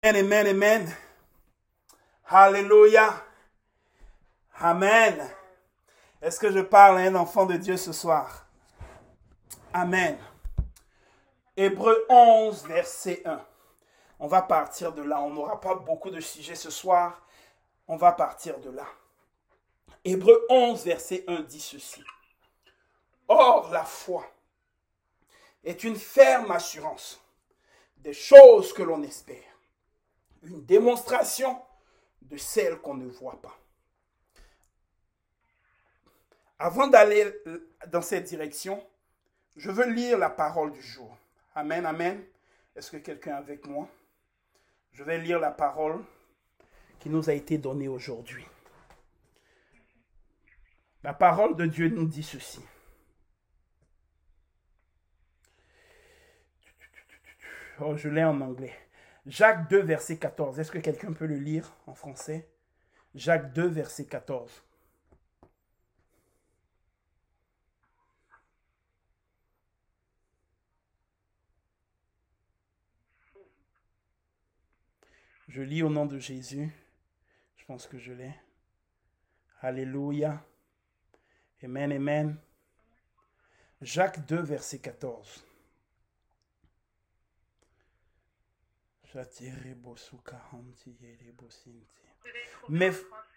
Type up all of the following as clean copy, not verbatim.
Amen, amen, amen. Alléluia. Amen. Est-ce que je parle à un enfant de Dieu ce soir? Amen. Hébreux 11, verset 1. On va partir de là. On n'aura pas beaucoup de sujets ce soir. On va partir de là. Hébreux 11, verset 1 dit ceci. Or, la foi est une ferme assurance des choses que l'on espère. Une démonstration de celles qu'on ne voit pas. Avant d'aller dans cette direction, je veux lire la parole du jour. Amen, amen. Est-ce que quelqu'un est avec moi? Je vais lire la parole qui nous a été donnée aujourd'hui. La parole de Dieu nous dit ceci. Oh, je l'ai en anglais. Jacques 2, verset 14. Est-ce que quelqu'un peut le lire en français? Jacques 2, verset 14. Je lis au nom de Jésus. Je pense que je l'ai. Alléluia. Amen, amen. Jacques 2, verset 14. Mais,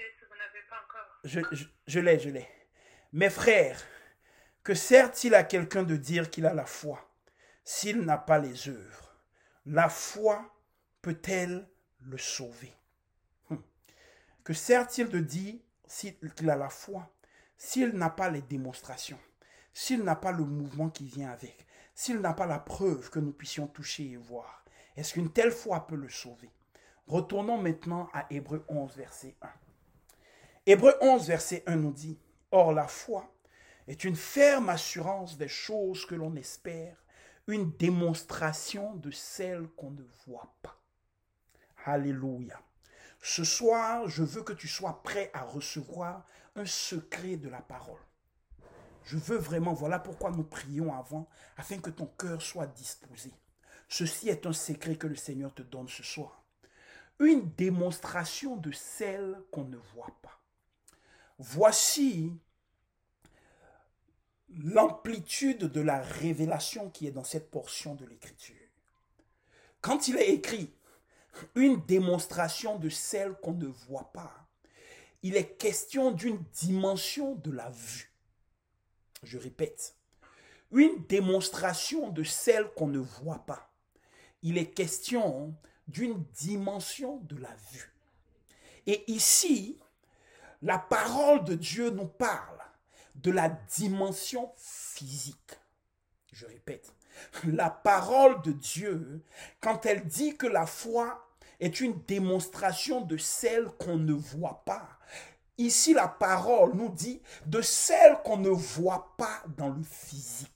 je l'ai. Mes frères, que sert-il à quelqu'un de dire qu'il a la foi s'il n'a pas les œuvres? La foi peut-elle le sauver? Que sert-il de dire qu'il a la foi s'il n'a pas les démonstrations, s'il n'a pas le mouvement qui vient avec, s'il n'a pas la preuve que nous puissions toucher et voir? Est-ce qu'une telle foi peut le sauver? Retournons maintenant à Hébreux 11, verset 1. Hébreux 11, verset 1 nous dit, « Or la foi est une ferme assurance des choses que l'on espère, une démonstration de celles qu'on ne voit pas. » Alléluia. Ce soir, je veux que tu sois prêt à recevoir un secret de la parole. Je veux vraiment, voilà pourquoi nous prions avant, afin que ton cœur soit disposé. Ceci est un secret que le Seigneur te donne ce soir. Une démonstration de celle qu'on ne voit pas. Voici l'amplitude de la révélation qui est dans cette portion de l'Écriture. Quand il est écrit une démonstration de celle qu'on ne voit pas, il est question d'une dimension de la vue. Je répète, une démonstration de celle qu'on ne voit pas. Il est question d'une dimension de la vue. Et ici, la parole de Dieu nous parle de la dimension physique. Je répète, la parole de Dieu, quand elle dit que la foi est une démonstration de celle qu'on ne voit pas, ici la parole nous dit de celle qu'on ne voit pas dans le physique.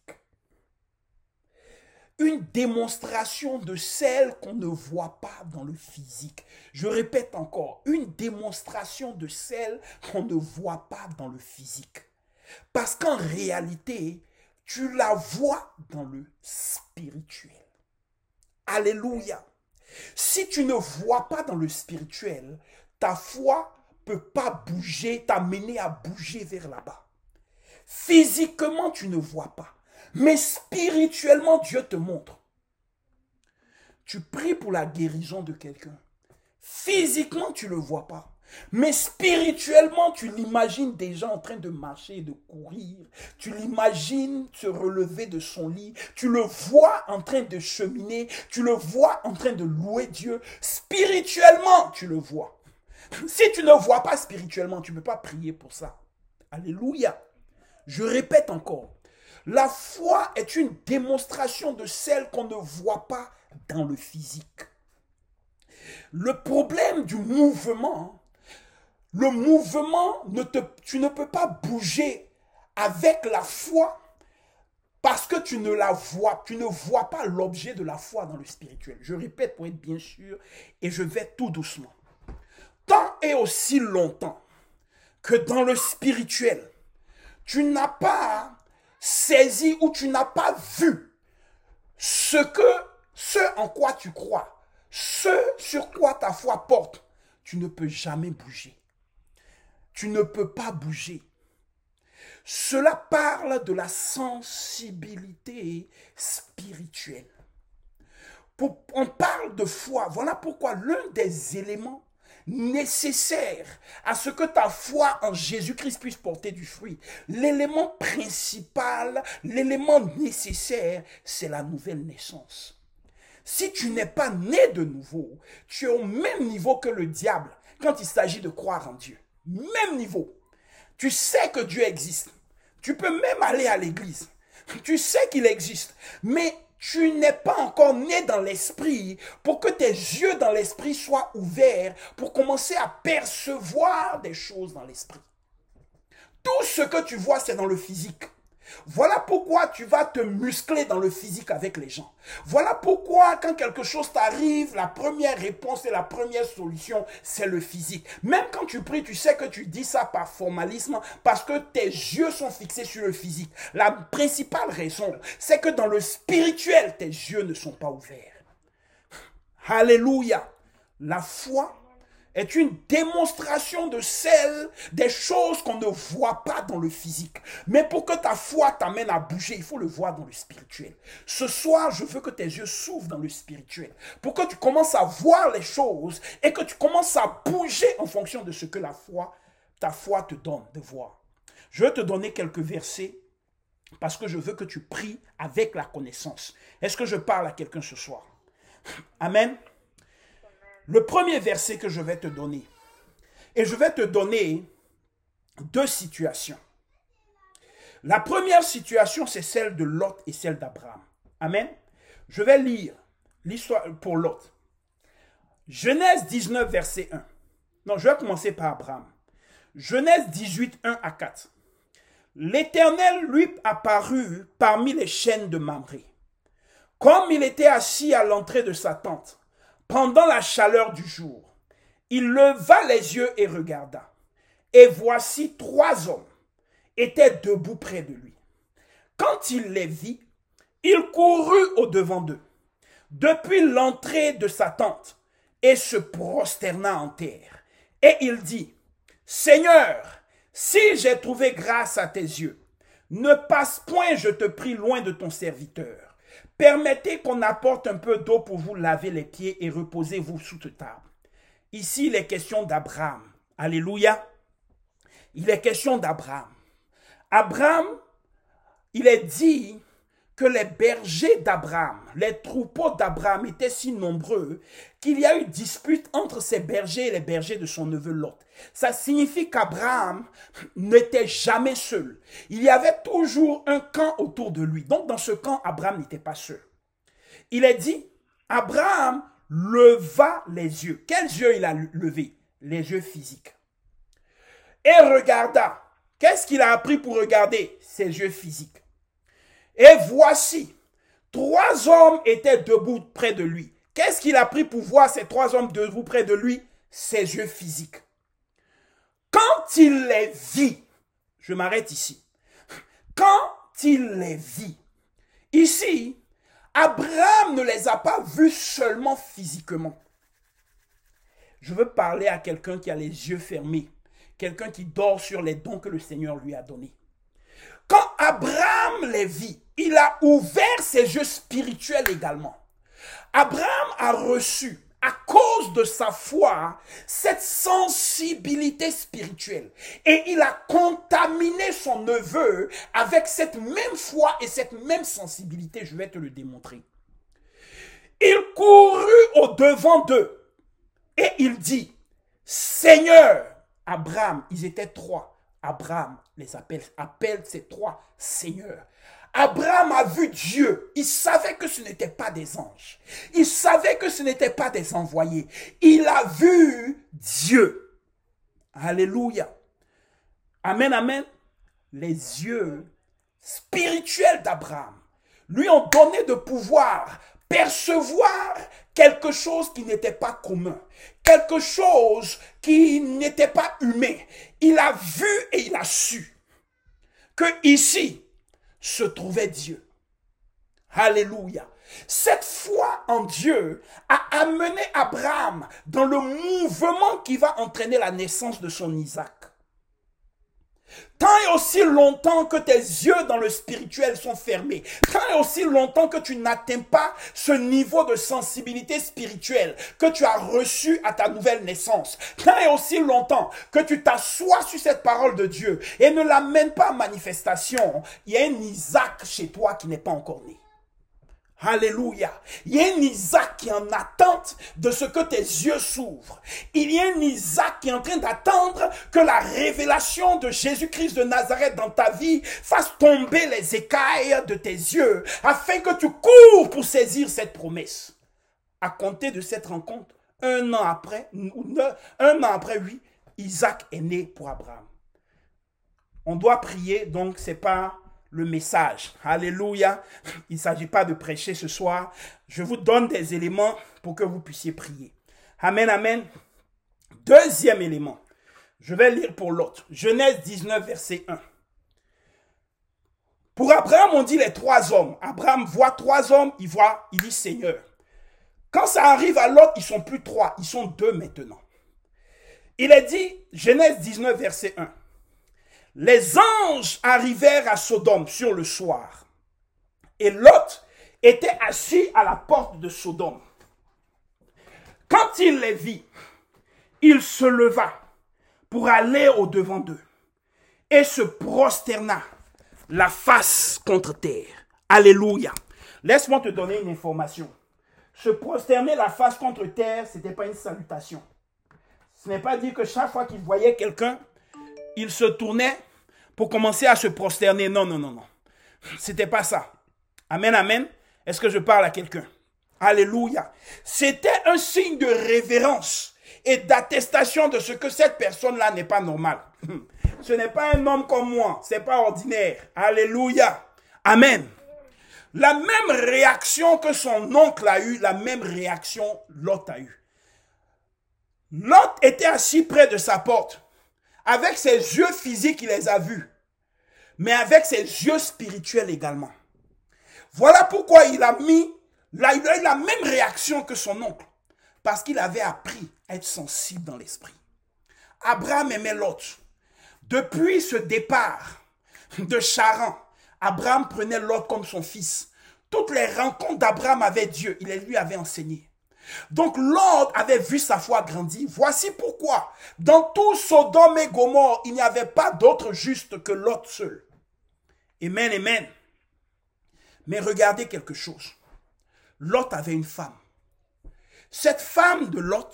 Une démonstration de celle qu'on ne voit pas dans le physique. Je répète encore, une démonstration de celle qu'on ne voit pas dans le physique. Parce qu'en réalité, tu la vois dans le spirituel. Alléluia. Si tu ne vois pas dans le spirituel, ta foi ne peut pas bouger, t'amener à bouger vers là-bas. Physiquement, tu ne vois pas. Mais spirituellement, Dieu te montre. Tu pries pour la guérison de quelqu'un. Physiquement, tu ne le vois pas. Mais spirituellement, tu l'imagines déjà en train de marcher et de courir. Tu l'imagines se relever de son lit. Tu le vois en train de cheminer. Tu le vois en train de louer Dieu. Spirituellement, tu le vois. Si tu ne vois pas spirituellement, tu ne peux pas prier pour ça. Alléluia. Je répète encore. La foi est une démonstration de celle qu'on ne voit pas dans le physique. Le problème du mouvement, tu ne peux pas bouger avec la foi parce que tu ne vois pas l'objet de la foi dans le spirituel. Je répète pour être bien sûr et je vais tout doucement. Tant et aussi longtemps que dans le spirituel, tu n'as pas saisi ou tu n'as pas vu ce en quoi tu crois, ce sur quoi ta foi porte, tu ne peux jamais bouger. Tu ne peux pas bouger. Cela parle de la sensibilité spirituelle. On parle de foi. Voilà pourquoi l'un des éléments nécessaires à ce que ta foi en Jésus-Christ puisse porter du fruit, l'élément principal, l'élément nécessaire, c'est la nouvelle naissance. Si tu n'es pas né de nouveau, tu es au même niveau que le diable quand il s'agit de croire en Dieu. Même niveau. Tu sais que Dieu existe. Tu peux même aller à l'église. Tu sais qu'il existe. Mais tu n'es pas encore né dans l'esprit pour que tes yeux dans l'esprit soient ouverts pour commencer à percevoir des choses dans l'esprit. Tout ce que tu vois, c'est dans le physique. Voilà pourquoi tu vas te muscler dans le physique avec les gens. Voilà pourquoi quand quelque chose t'arrive, la première réponse et la première solution, c'est le physique. Même quand tu pries, tu sais que tu dis ça par formalisme parce que tes yeux sont fixés sur le physique. La principale raison, c'est que dans le spirituel, tes yeux ne sont pas ouverts. Alléluia. La foi est une démonstration de des choses qu'on ne voit pas dans le physique. Mais pour que ta foi t'amène à bouger, il faut le voir dans le spirituel. Ce soir, je veux que tes yeux s'ouvrent dans le spirituel. Pour que tu commences à voir les choses et que tu commences à bouger en fonction de ce que ta foi te donne de voir. Je vais te donner quelques versets parce que je veux que tu pries avec la connaissance. Est-ce que je parle à quelqu'un ce soir? Amen. Le premier verset que je vais te donner, et je vais te donner deux situations. La première situation, c'est celle de Lot et celle d'Abraham. Amen. Je vais lire l'histoire pour Lot. Genèse 19, verset 1. Non, je vais commencer par Abraham. Genèse 18, 1 à 4. L'Éternel lui apparut parmi les chênes de Mamré, comme il était assis à l'entrée de sa tente. Pendant la chaleur du jour, il leva les yeux et regarda. Et voici 3 hommes étaient debout près de lui. Quand il les vit, il courut au-devant d'eux, depuis l'entrée de sa tente, et se prosterna en terre. Et il dit, « Seigneur, si j'ai trouvé grâce à tes yeux, ne passe point, je te prie, loin de ton serviteur. Permettez qu'on apporte un peu d'eau pour vous laver les pieds et reposez-vous sous cette table. » Ici, il est question d'Abraham. Alléluia. Il est question d'Abraham. Abraham, il est dit que les bergers d'Abraham, les troupeaux d'Abraham étaient si nombreux qu'il y a eu dispute entre ces bergers et les bergers de son neveu Lot. Ça signifie qu'Abraham n'était jamais seul. Il y avait toujours un camp autour de lui. Donc dans ce camp, Abraham n'était pas seul. Il est dit, Abraham leva les yeux. Quels yeux il a levé? Les yeux physiques. Et regarda. Qu'est-ce qu'il a appris pour regarder? Ses yeux physiques. Et voici, 3 hommes étaient debout près de lui. Qu'est-ce qu'il a pris pour voir ces 3 hommes debout près de lui? Ses yeux physiques. Quand il les vit, je m'arrête ici. Quand il les vit, ici, Abraham ne les a pas vus seulement physiquement. Je veux parler à quelqu'un qui a les yeux fermés, quelqu'un qui dort sur les dons que le Seigneur lui a donnés. Quand Abraham les vit, il a ouvert ses yeux spirituels également. Abraham a reçu, à cause de sa foi, cette sensibilité spirituelle. Et il a contaminé son neveu avec cette même foi et cette même sensibilité. Je vais te le démontrer. Il courut au-devant d'eux et il dit, « Seigneur !» Abraham, ils étaient 3. Abraham les appelle ces 3 seigneurs. Abraham a vu Dieu. Il savait que ce n'étaient pas des anges. Il savait que ce n'étaient pas des envoyés. Il a vu Dieu. Alléluia. Amen, amen. Les yeux spirituels d'Abraham lui ont donné de pouvoir percevoir quelque chose qui n'était pas commun, quelque chose qui n'était pas humain. Il a vu et il a su que ici se trouvait Dieu. Alléluia. Cette foi en Dieu a amené Abraham dans le mouvement qui va entraîner la naissance de son Isaac. Tant et aussi longtemps que tes yeux dans le spirituel sont fermés, tant et aussi longtemps que tu n'atteins pas ce niveau de sensibilité spirituelle que tu as reçu à ta nouvelle naissance, tant et aussi longtemps que tu t'assois sur cette parole de Dieu et ne l'amènes pas à manifestation, il y a un Isaac chez toi qui n'est pas encore né. Alléluia. Il y a un Isaac qui est en attente de ce que tes yeux s'ouvrent. Il y a un Isaac qui est en train d'attendre que la révélation de Jésus-Christ de Nazareth dans ta vie fasse tomber les écailles de tes yeux afin que tu cours pour saisir cette promesse. À compter de cette rencontre, un an après, oui, Isaac est né pour Abraham. On doit prier, donc c'est pas le message. Alléluia. Il ne s'agit pas de prêcher ce soir. Je vous donne des éléments pour que vous puissiez prier. Amen, amen. Deuxième élément. Je vais lire pour l'autre. Genèse 19, verset 1. Pour Abraham, on dit les trois hommes. Abraham voit trois hommes, il dit Seigneur. Quand ça arrive à l'autre, ils ne sont plus trois, ils sont deux maintenant. Il est dit, Genèse 19, verset 1. Les anges arrivèrent à Sodome sur le soir. Et Lot était assis à la porte de Sodome. Quand il les vit, il se leva pour aller au-devant d'eux et se prosterna la face contre terre. Alléluia. Laisse-moi te donner une information. Se prosterner la face contre terre, ce n'était pas une salutation. Ce n'est pas dire que chaque fois qu'il voyait quelqu'un, il se tournait pour commencer à se prosterner. Non, non, non, non. C'était pas ça. Amen, amen. Est-ce que je parle à quelqu'un? Alléluia. C'était un signe de révérence et d'attestation de ce que cette personne-là n'est pas normale. Ce n'est pas un homme comme moi. Ce n'est pas ordinaire. Alléluia. Amen. La même réaction que son oncle a eue, la même réaction Lot a eue. Lot était assis près de sa porte. Avec ses yeux physiques, il les a vus. Mais avec ses yeux spirituels également. Voilà pourquoi il a eu la même réaction que son oncle. Parce qu'il avait appris à être sensible dans l'esprit. Abraham aimait Lot. Depuis ce départ de Charan, Abraham prenait Lot comme son fils. Toutes les rencontres d'Abraham avec Dieu, il lui avait enseigné. Donc Lot avait vu sa foi grandir. Voici pourquoi, dans tout Sodome et Gomorrhe, il n'y avait pas d'autre juste que Lot seul. Amen, amen. Mais regardez quelque chose. Lot avait une femme. Cette femme de Lot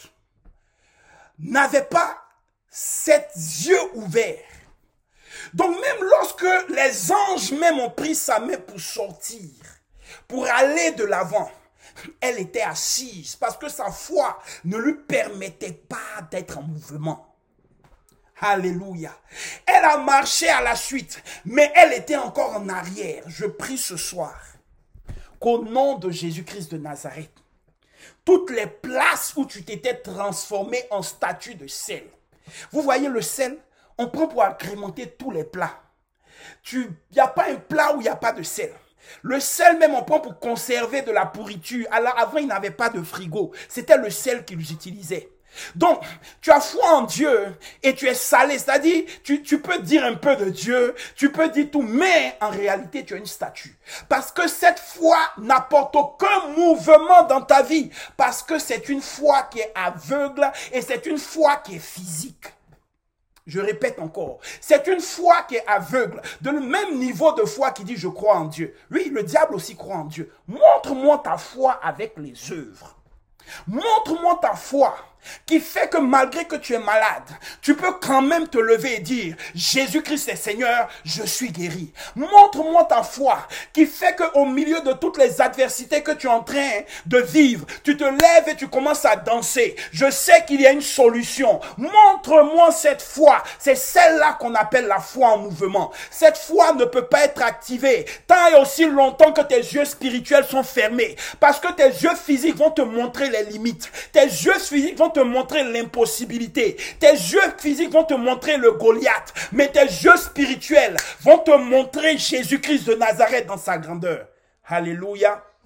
n'avait pas ses yeux ouverts. Donc même lorsque les anges même ont pris sa main pour sortir, pour aller de l'avant, elle était assise parce que sa foi ne lui permettait pas d'être en mouvement. Alléluia. Elle a marché à la suite, mais elle était encore en arrière. Je prie ce soir qu'au nom de Jésus-Christ de Nazareth, toutes les places où tu t'étais transformé en statue de sel. Vous voyez le sel, on prend pour agrémenter tous les plats. Il n'y a pas un plat où il n'y a pas de sel. Le sel même on prend pour conserver de la pourriture. Alors avant il n'avait pas de frigo. C'était le sel qu'ils utilisaient. Donc, tu as foi en Dieu et tu es salé. C'est-à-dire, tu peux dire un peu de Dieu, tu peux dire tout, mais en réalité, tu as une statue. Parce que cette foi n'apporte aucun mouvement dans ta vie. Parce que c'est une foi qui est aveugle et c'est une foi qui est physique. Je répète encore, c'est une foi qui est aveugle, de le même niveau de foi qui dit je crois en Dieu. Oui, le diable aussi croit en Dieu. Montre-moi ta foi avec les œuvres. Montre-moi ta foi qui fait que malgré que tu es malade, tu peux quand même te lever et dire Jésus-Christ est Seigneur, je suis guéri. Montre-moi ta foi qui fait que au milieu de toutes les adversités que tu es en train de vivre, tu te lèves et tu commences à danser. Je sais qu'il y a une solution. Montre-moi cette foi. C'est celle-là qu'on appelle la foi en mouvement. Cette foi ne peut pas être activée tant et aussi longtemps que tes yeux spirituels sont fermés. Parce que tes yeux physiques vont te montrer les limites. Tes yeux physiques vont te montrer l'impossibilité. Tes yeux physiques vont te montrer le Goliath. Mais tes yeux spirituels vont te montrer Jésus-Christ de Nazareth dans sa grandeur. Alléluia.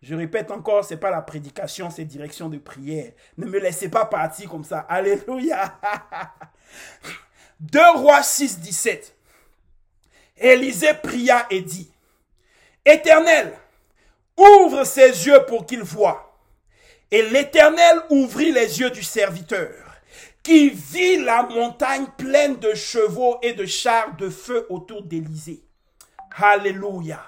Je répète encore, ce n'est pas la prédication, c'est direction de prière. Ne me laissez pas partir comme ça. Alléluia. 2 Rois 6, 17. Élisée pria et dit, Éternel, ouvre ses yeux pour qu'il voie. Et l'Éternel ouvrit les yeux du serviteur, qui vit la montagne pleine de chevaux et de chars de feu autour d'Élisée. Alléluia.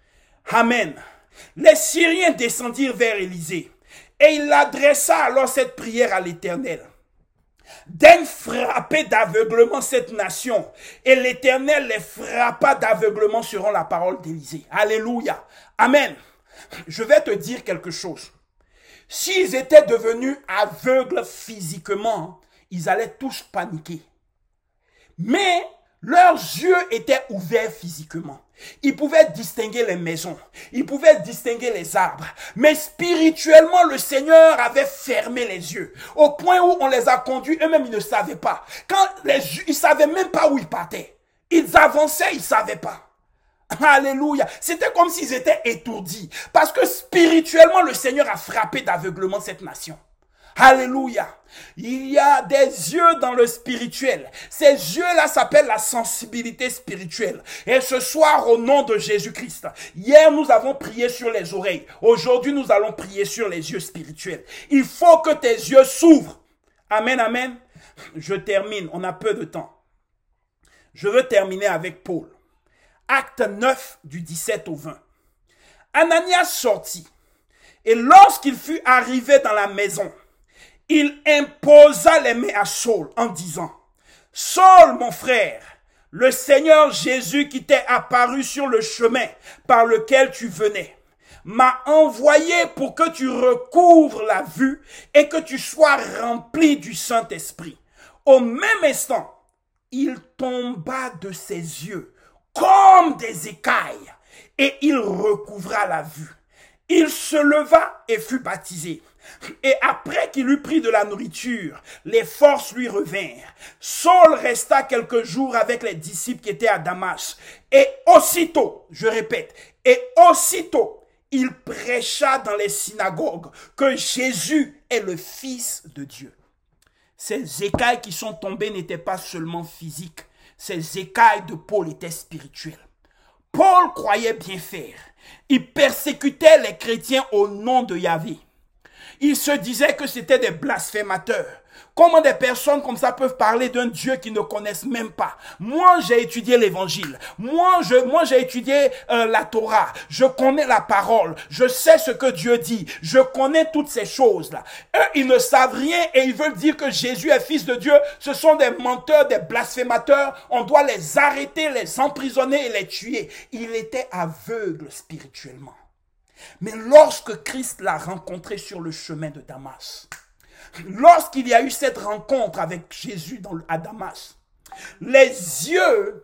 Amen. Les Syriens descendirent vers Élisée, et il adressa alors cette prière à l'Éternel. Daigne frapper d'aveuglement cette nation, et l'Éternel les frappa d'aveuglement selon la parole d'Élisée. Alléluia. Amen. Je vais te dire quelque chose. S'ils étaient devenus aveugles physiquement, ils allaient tous paniquer. Mais leurs yeux étaient ouverts physiquement. Ils pouvaient distinguer les maisons. Ils pouvaient distinguer les arbres. Mais spirituellement, le Seigneur avait fermé les yeux. Au point où on les a conduits, eux-mêmes, ils ne savaient pas. Ils ne savaient même pas où ils partaient. Ils avançaient, ils ne savaient pas. Alléluia. C'était comme s'ils étaient étourdis. Parce que spirituellement, le Seigneur a frappé d'aveuglement cette nation. Alléluia. Il y a des yeux dans le spirituel. Ces yeux-là s'appellent la sensibilité spirituelle. Et ce soir, au nom de Jésus-Christ, hier nous avons prié sur les oreilles. Aujourd'hui, nous allons prier sur les yeux spirituels. Il faut que tes yeux s'ouvrent. Amen, amen. Je termine, on a peu de temps. Je veux terminer avec Paul. Acte 9 du 17 au 20. Ananias sortit. Et lorsqu'il fut arrivé dans la maison, il imposa les mains à Saul en disant, « Saul, mon frère, le Seigneur Jésus qui t'est apparu sur le chemin par lequel tu venais, m'a envoyé pour que tu recouvres la vue et que tu sois rempli du Saint-Esprit. » Au même instant, il tomba de ses yeux comme des écailles et il recouvra la vue. Il se leva et fut baptisé. Et après qu'il eut pris de la nourriture, les forces lui revinrent. Saul resta quelques jours avec les disciples qui étaient à Damas. Et aussitôt, je répète, et aussitôt, il prêcha dans les synagogues que Jésus est le Fils de Dieu. Ces écailles qui sont tombées n'étaient pas seulement physiques. Ces écailles de Paul étaient spirituelles. Paul croyait bien faire. Il persécutait les chrétiens au nom de Yahvé. Il se disait que c'était des blasphémateurs. Comment des personnes comme ça peuvent parler d'un Dieu qu'ils ne connaissent même pas? Moi, j'ai étudié l'évangile. Moi, j'ai étudié la Torah. Je connais la parole. Je sais ce que Dieu dit. Je connais toutes ces choses-là. Eux, ils ne savent rien et ils veulent dire que Jésus est fils de Dieu. Ce sont des menteurs, des blasphémateurs. On doit les arrêter, les emprisonner et les tuer. Il était aveugle spirituellement. Mais lorsque Christ l'a rencontré sur le chemin de Damas, lorsqu'il y a eu cette rencontre avec Jésus à Damas, les yeux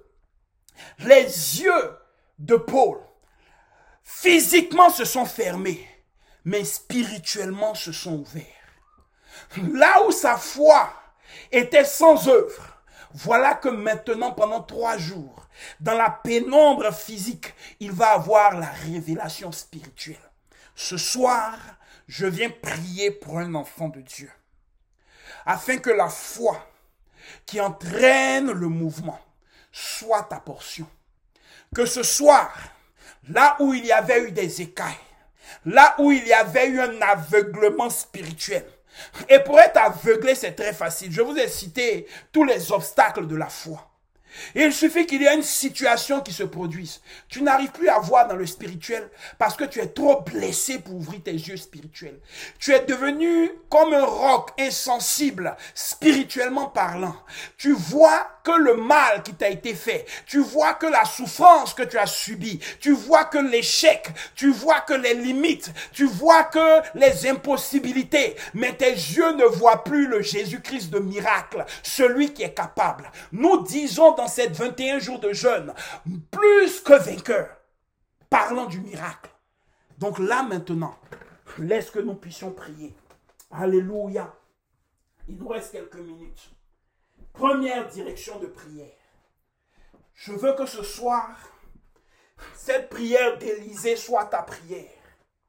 de Paul, physiquement se sont fermés, mais spirituellement se sont ouverts. Là où sa foi était sans œuvre, voilà que maintenant, pendant 3 jours, dans la pénombre physique, il va avoir la révélation spirituelle. Ce soir, je viens prier pour un enfant de Dieu, afin que la foi qui entraîne le mouvement soit ta portion. Que ce soir, là où il y avait eu des écailles, là où il y avait eu un aveuglement spirituel, et pour être aveuglé, c'est très facile. Je vous ai cité tous les obstacles de la foi. Il suffit qu'il y ait une situation qui se produise. Tu n'arrives plus à voir dans le spirituel parce que tu es trop blessé pour ouvrir tes yeux spirituels. Tu es devenu comme un roc insensible, spirituellement parlant. Tu vois que le mal qui t'a été fait. Tu vois que la souffrance que tu as subie. Tu vois que l'échec. Tu vois que les limites. Tu vois que les impossibilités. Mais tes yeux ne voient plus le Jésus-Christ de miracle, celui qui est capable. Nous disons dans cette 21 jours de jeûne, plus que vainqueur, parlant du miracle. Donc là maintenant, laisse que nous puissions prier. Alléluia. Il nous reste quelques minutes. Première direction de prière. Je veux que ce soir, cette prière d'Élisée soit ta prière.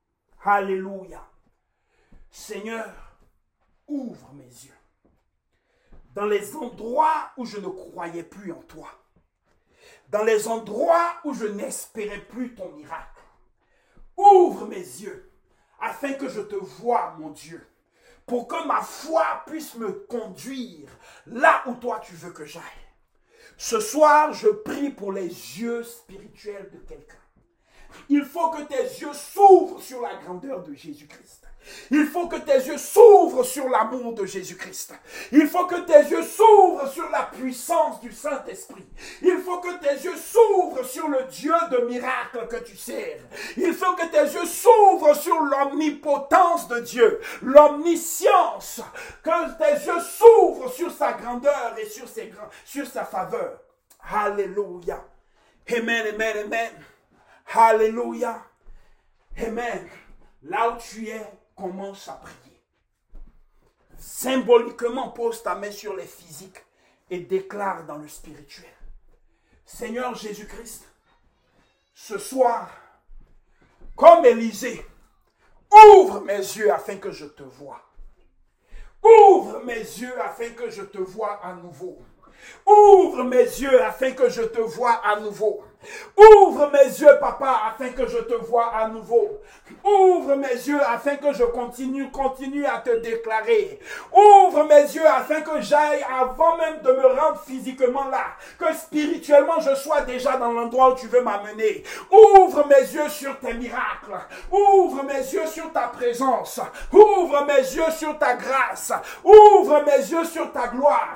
Alléluia. Seigneur, ouvre mes yeux dans les endroits où je ne croyais plus en toi, dans les endroits où je n'espérais plus ton miracle. Ouvre mes yeux afin que je te voie, mon Dieu, pour que ma foi puisse me conduire là où toi tu veux que j'aille. Ce soir, je prie pour les yeux spirituels de quelqu'un. Il faut que tes yeux s'ouvrent sur la grandeur de Jésus-Christ. Il faut que tes yeux s'ouvrent sur l'amour de Jésus-Christ. Il faut que tes yeux s'ouvrent sur la puissance du Saint-Esprit. Il faut que tes yeux s'ouvrent sur le Dieu de miracles que tu sers. Il faut que tes yeux s'ouvrent sur l'omnipotence de Dieu, l'omniscience. Que tes yeux s'ouvrent sur sa grandeur et sur sa faveur. Alléluia. Amen, amen, amen. Alléluia. Amen. Là où tu es, commence à prier. Symboliquement, pose ta main sur les physiques et déclare dans le spirituel. Seigneur Jésus-Christ, ce soir, comme Élisée, ouvre mes yeux afin que je te voie. Ouvre mes yeux afin que je te voie à nouveau. Ouvre mes yeux afin que je te voie à nouveau. Ouvre mes yeux, papa, afin que je te voie à nouveau. Ouvre mes yeux afin que je continue à te déclarer. Ouvre mes yeux afin que j'aille avant même de me rendre physiquement là. Que spirituellement je sois déjà dans l'endroit où tu veux m'amener. Ouvre mes yeux sur tes miracles. Ouvre mes yeux sur ta présence. Ouvre mes yeux sur ta grâce. Ouvre mes yeux sur ta gloire.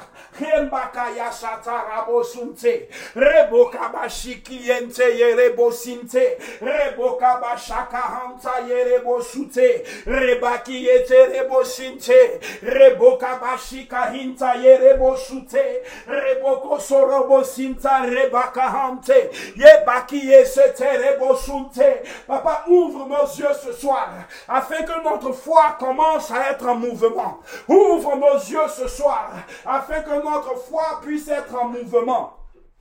Yente yerebo sinte reboka bashaka hanta yerebo sute rebaki yete rebo sinte reboka bashika hinta yerebo sute reboko sorobo sinta rebaka hante yebaki yesete rebo sunte. Papa, ouvre nos yeux ce soir afin que notre foi commence à être en mouvement. Ouvre nos yeux ce soir afin que notre foi puisse être en mouvement.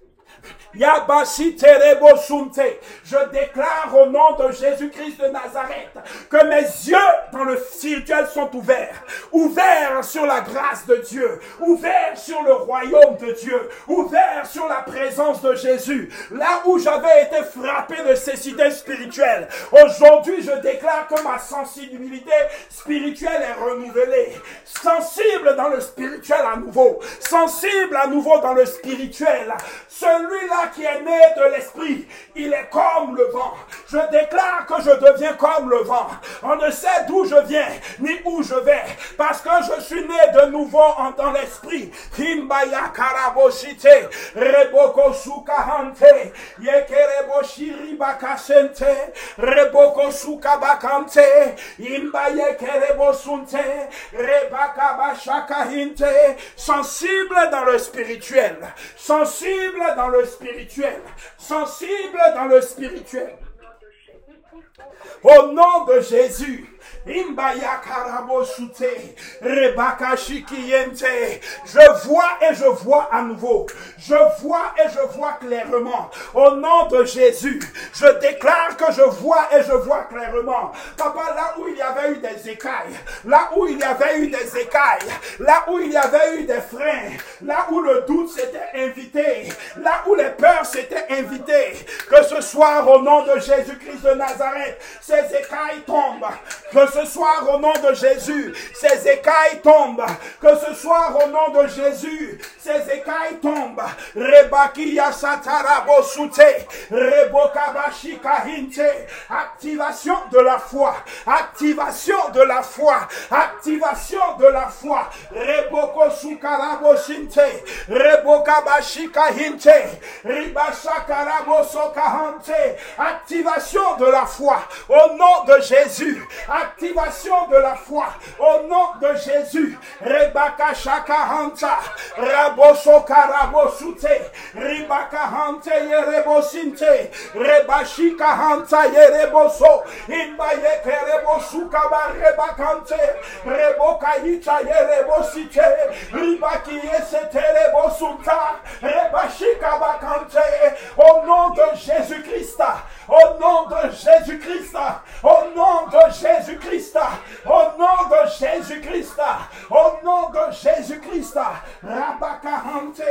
Je déclare au nom de Jésus-Christ de Nazareth que mes yeux dans le spirituel sont ouverts. Ouverts sur la grâce de Dieu. Ouverts sur le royaume de Dieu. Ouverts sur la présence de Jésus. Là où j'avais été frappé de cécité spirituelle. Aujourd'hui, je déclare que ma sensibilité spirituelle est renouvelée. Sensible dans le spirituel à nouveau. Sensible à nouveau dans le spirituel. Celui-là qui est né de l'esprit, il est comme le vent. Je déclare que je deviens comme le vent. On ne sait d'où je viens, ni où je vais, parce que je suis né de nouveau dans l'esprit. Himbaya karaboshite, reboko sukahante, yekerebo shiribaka sente, reboko sukabakante, imbaye kerebo sunte, rebaka bashaka hinte. Sensible dans le spirituel, sensible dans le spirituel, sensible dans le spirituel. Au nom de Jésus, Imbaya Karaboshute, Rebaka Shikiyente. Je vois et je vois à nouveau. Je vois et je vois clairement. Au nom de Jésus, je déclare que je vois et je vois clairement. Papa, là où il y avait eu des écailles, là où il y avait eu des écailles, là où il y avait eu des freins, là où le doute s'était invité, là où les peurs s'étaient invitées, que ce soir au nom de Jésus-Christ de Nazareth, ces écailles tombent. Que ce soir au nom de Jésus, ces écailles tombent. Que ce soir au nom de Jésus, ces écailles tombent. Rebakia satarabo sute, rebokabashika hinte. Activation de la foi, activation de la foi, activation de la foi. Reboko sukarabo shinte, rebokabashika hinte, ribashakarabo sokahante. Activation de la foi au nom de Jésus. Activation de la foi au nom de Jésus. Rebaka shakahanta, raboso karabosute, ribaka hante yerebosinte, rebashika hanta yereboso, imbaye kerebosuka barebakante, reboka hita yerebosite, ribaki yesete rebosunta, rebashika bakante. Au nom de Jésus-Christ, Au nom de Jésus-Christ. Au nom de Jésus-Christ. Au nom de Jésus-Christ. Au nom de Jésus-Christ. Rabakahante.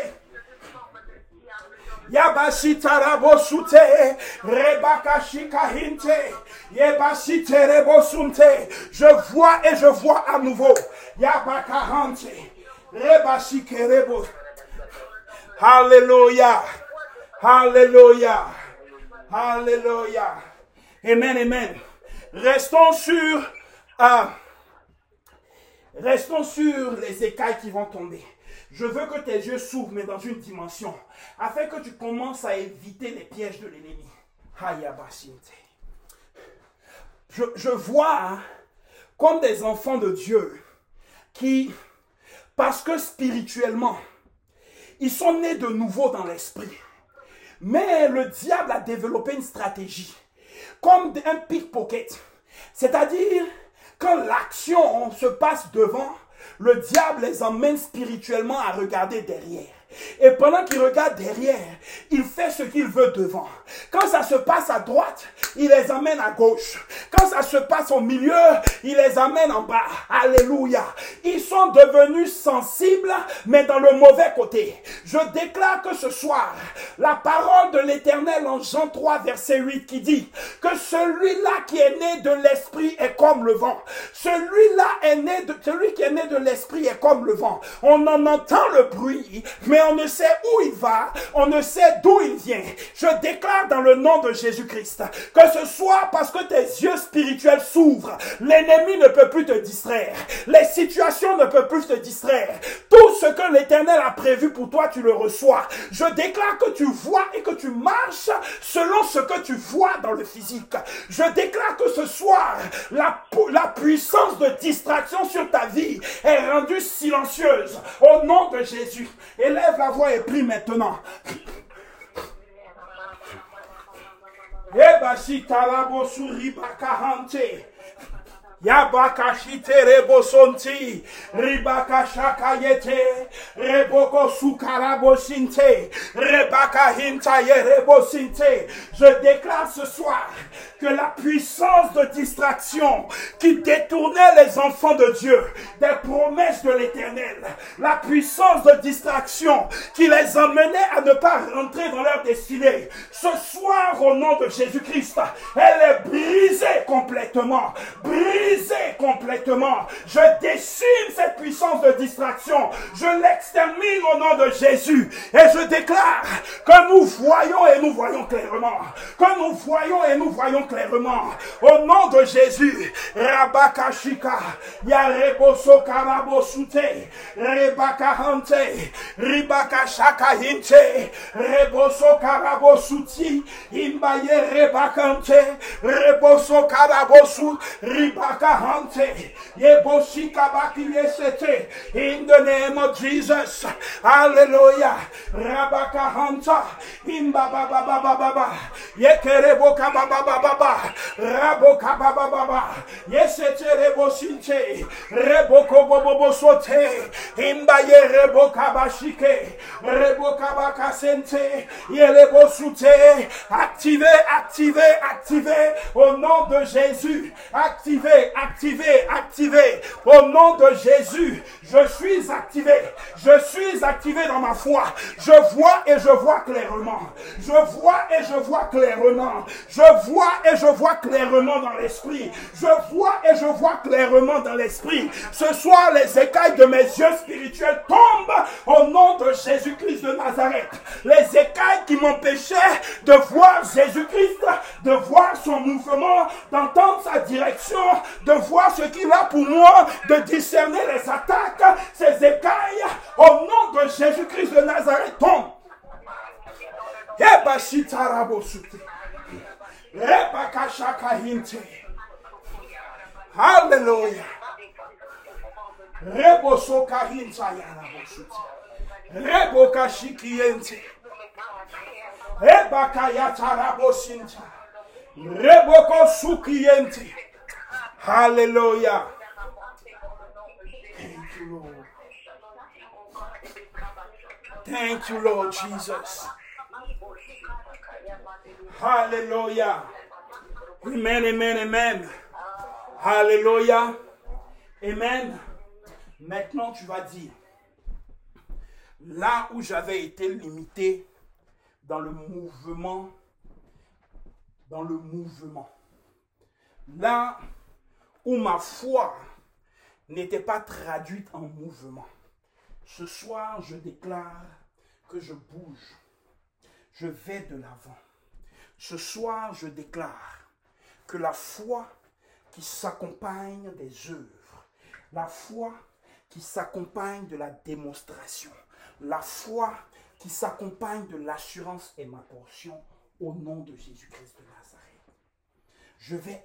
Yabasitarabosute, Rebakashikahinte, Yebasiterebosunte. Je vois et je vois à nouveau. Yabakahante, Rebasikerebo. Alléluia. Alléluia. Alléluia. Amen, amen. Restons sur les écailles qui vont tomber. Je veux que tes yeux s'ouvrent, mais dans une dimension, afin que tu commences à éviter les pièges de l'ennemi. Je vois comme des enfants de Dieu qui, parce que spirituellement, ils sont nés de nouveau dans l'esprit. Mais le diable a développé une stratégie, comme un pickpocket. C'est-à-dire, quand l'action se passe devant, le diable les emmène spirituellement à regarder derrière. Et pendant qu'il regarde derrière, il fait ce qu'il veut devant. Quand ça se passe à droite, il les amène à gauche. Quand ça se passe au milieu, il les amène en bas. Alléluia. Ils sont devenus sensibles, mais dans le mauvais côté. Je déclare que ce soir, la parole de l'Éternel en Jean 3, verset 8, qui dit que celui-là qui est né de l'esprit est comme le vent. Celui-là est né de, celui qui est né de l'esprit est comme le vent. On en entend le bruit, mais on ne sait où il va, on ne sait d'où il vient. Je déclare dans le nom de Jésus-Christ que ce soit parce que tes yeux spirituels s'ouvrent, l'ennemi ne peut plus te distraire, les situations ne peuvent plus te distraire. Tout ce que l'Éternel a prévu pour toi, tu le reçois. Je déclare que tu vois et que tu marches selon ce que tu vois dans le physique. Je déclare que ce soir, la puissance de distraction sur ta vie est rendue silencieuse au nom de Jésus. Élève la voix et prie maintenant. Yabakashite rebosonti, ribaka shakayete, reboko sukarabosinte, rebaka hintaye rebosinte. Je déclare ce soir que la puissance de distraction qui détournait les enfants de Dieu des promesses de l'Éternel, la puissance de distraction qui les emmenait à ne pas rentrer dans leur destinée, ce soir au nom de Jésus-Christ, elle est brisée complètement, complètement. Je décime cette puissance de distraction. Je l'extermine au nom de Jésus. Et je déclare que nous voyons et nous voyons clairement. Que nous voyons et nous voyons clairement. Au nom de Jésus. Rabakashika. Yareboso karabosute. Rebakahante. Ribakashaka hinte. Reboso karabosuti. Imbaye rebakante. Reboso karabosu. Ribakahante, in the name of Jesus, hallelujah, Rabakahanta, Imbababababa, Yekereboka Baba, Raboka Baba, Yeseterebosinte, Reboko Bobo Sote, Imbaye Reboka Bashike, Reboka Bakasente, Yerebosute, activez, au nom de Jésus. Activez. Au nom de Jésus, je suis activé dans ma foi. Je vois et je vois clairement. Je vois et je vois clairement. Je vois et je vois clairement dans l'esprit. Je vois et je vois clairement dans l'esprit. Ce soir, les écailles de mes yeux spirituels tombent au nom de Jésus-Christ de Nazareth. Les écailles qui m'empêchaient de voir Jésus-Christ, de voir son mouvement, d'entendre sa direction, de voir ce qu'il a pour moi, de discerner les attaques, ces écailles, au nom de Jésus-Christ de Nazareth, tombent. Alléluia. Reboso kahinta yarabosuti. Reboka shikiente. Rebaka yatarabosinta. Reboko sukiente. Hallelujah. Thank you, Lord. Thank you, Lord Jesus. Alléluia. Amen, amen, amen. Alléluia. Amen. Maintenant, tu vas dire, là où j'avais été limité dans le mouvement, là où ma foi n'était pas traduite en mouvement, ce soir, je déclare que je bouge, je vais de l'avant. Ce soir, je déclare que la foi qui s'accompagne des œuvres, la foi qui s'accompagne de la démonstration, la foi qui s'accompagne de l'assurance est ma portion au nom de Jésus-Christ de Nazareth. Je vais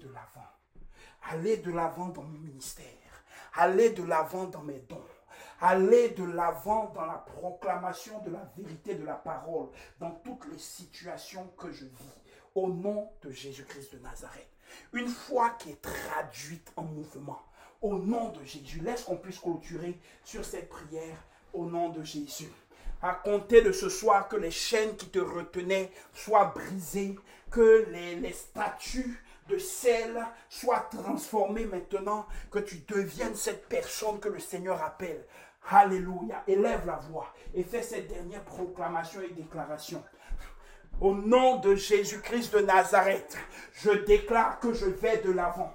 aller de l'avant dans mon ministère, aller de l'avant dans mes dons, aller de l'avant dans la proclamation de la vérité de la parole, dans toutes les situations que je vis, au nom de Jésus-Christ de Nazareth. Une foi qui est traduite en mouvement, au nom de Jésus. Laisse qu'on puisse clôturer sur cette prière, au nom de Jésus. À compter de ce soir, que les chaînes qui te retenaient soient brisées, que les statues de sel soient transformées maintenant, que tu deviennes cette personne que le Seigneur appelle. Alléluia. Élève la voix et fais cette dernière proclamation et déclaration. Au nom de Jésus-Christ de Nazareth, je déclare que je vais de l'avant.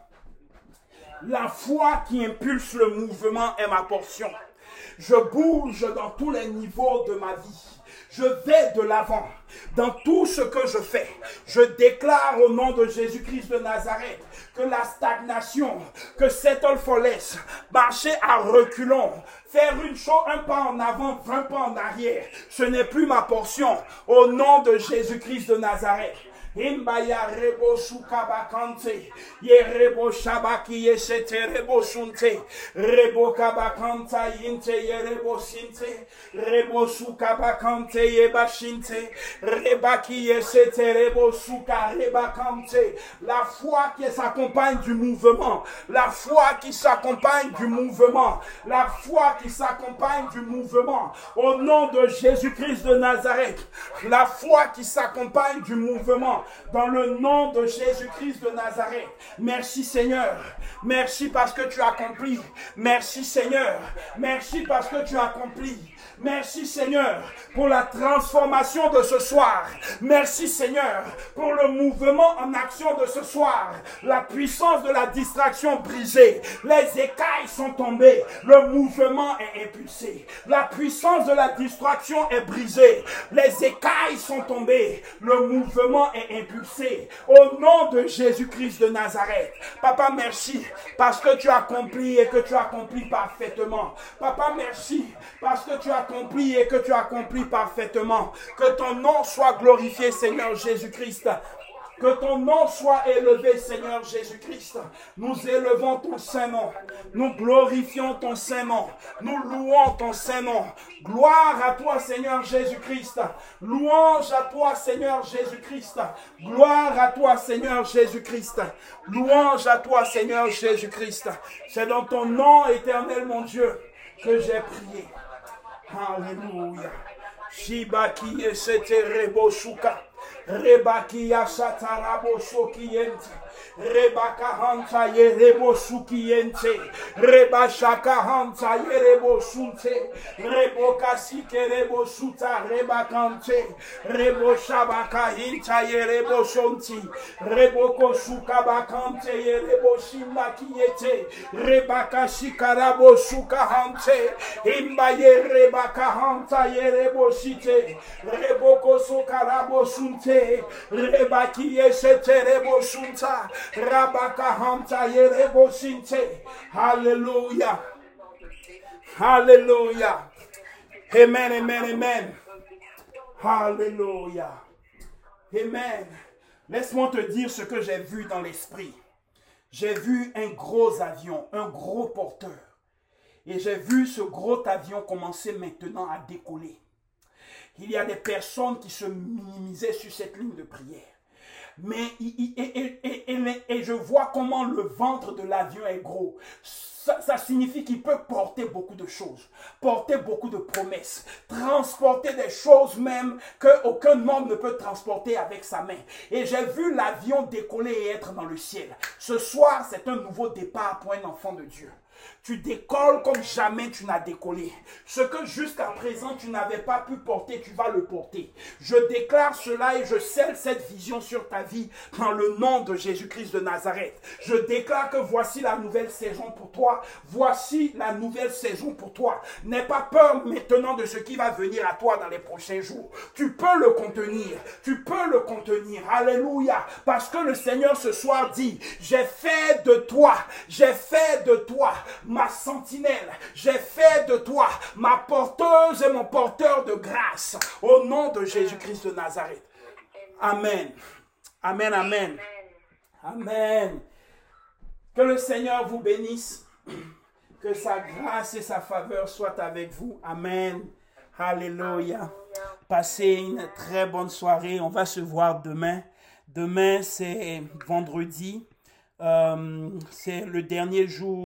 La foi qui impulse le mouvement est ma portion. Je bouge dans tous les niveaux de ma vie. Je vais de l'avant dans tout ce que je fais. Je déclare au nom de Jésus-Christ de Nazareth que la stagnation, que cette follesse, marcher à reculons, faire une chose, un pas en avant, 20 pas en arrière, ce n'est plus ma portion. Au nom de Jésus-Christ de Nazareth. Imbaya rebo sukabakante, ye rebo shabaki ye sete rebo sunte, rebo kabakanta yinte ye rebo sinte, rebo sukabakante ye bashinte, rebaki ye sete rebo suka rebakante. La foi qui s'accompagne du mouvement, la foi qui s'accompagne du mouvement, la foi qui s'accompagne du mouvement, au nom de Jésus-Christ de Nazareth, la foi qui s'accompagne du mouvement, dans le nom de Jésus-Christ de Nazareth. Merci Seigneur. Merci parce que tu as accompli. Merci Seigneur. Merci parce que tu as accompli. Merci Seigneur pour la transformation de ce soir. Merci Seigneur pour le mouvement en action de ce soir. La puissance de la distraction brisée. Les écailles sont tombées. Le mouvement est impulsé. La puissance de la distraction est brisée. Les écailles sont tombées. Le mouvement est impulsé. Au nom de Jésus-Christ de Nazareth. Papa, merci parce que tu as accompli et que tu as accompli parfaitement. Papa, merci parce que tu as accompli et que tu as accompli parfaitement. Que ton nom soit glorifié, Seigneur Jésus-Christ. Que ton nom soit élevé, Seigneur Jésus-Christ. Nous élevons ton Saint-Nom. Nous glorifions ton Saint-Nom. Nous louons ton Saint-Nom. Gloire à toi, Seigneur Jésus-Christ. Louange à toi, Seigneur Jésus-Christ. Gloire à toi, Seigneur Jésus-Christ. Louange à toi, Seigneur Jésus-Christ. C'est dans ton nom, éternel, mon Dieu, que j'ai prié. Alléluia. Shibaki esete rebo suka. Rebaki yasatarabo sokiyente. Rebaka hanta yerebo sukiyente. Rebashaka hanta yerebo sunte. Rebo kasike rebo suta rebakante. Rebo shabaka hinta yerebo sonti. Rebo kosuka bakante yerebo shimakiyete. Rebaka shikarabo suka hante. Imba yerebaka hanta yerebo shite. Rebo kosuka rabo sunte. Rebaki yesete rebo sunta. Rabaka hanta yerebo sinte. Hallelujah. Hallelujah. Amen, amen, amen. Hallelujah. Amen. Laisse-moi te dire ce que j'ai vu dans l'esprit. J'ai vu un gros avion, un gros porteur. Et j'ai vu ce gros avion commencer maintenant à décoller. Il y a des personnes qui se minimisaient sur cette ligne de prière. mais et je vois comment le ventre de l'avion est gros. Ça signifie qu'il peut porter beaucoup de choses, porter beaucoup de promesses, transporter des choses même qu'aucun homme ne peut transporter avec sa main. Et j'ai vu l'avion décoller et être dans le ciel. Ce soir, c'est un nouveau départ pour un enfant de Dieu. Tu décolles comme jamais tu n'as décollé. Ce que jusqu'à présent tu n'avais pas pu porter, tu vas le porter. Je déclare cela et je scelle cette vision sur ta vie dans le nom de Jésus-Christ de Nazareth. Je déclare que voici la nouvelle saison pour toi. Voici la nouvelle saison pour toi. N'aie pas peur maintenant de ce qui va venir à toi dans les prochains jours. Tu peux le contenir. Tu peux le contenir. Alléluia. Parce que le Seigneur ce soir dit, j'ai fait de toi ma sentinelle, j'ai fait de toi ma porteuse et mon porteur de grâce, au nom de Jésus-Christ de Nazareth. Amen. Amen, amen. Amen. Que le Seigneur vous bénisse, que sa grâce et sa faveur soient avec vous. Amen. Alléluia. Passez une très bonne soirée. On va se voir demain. Demain, c'est vendredi. C'est le dernier jour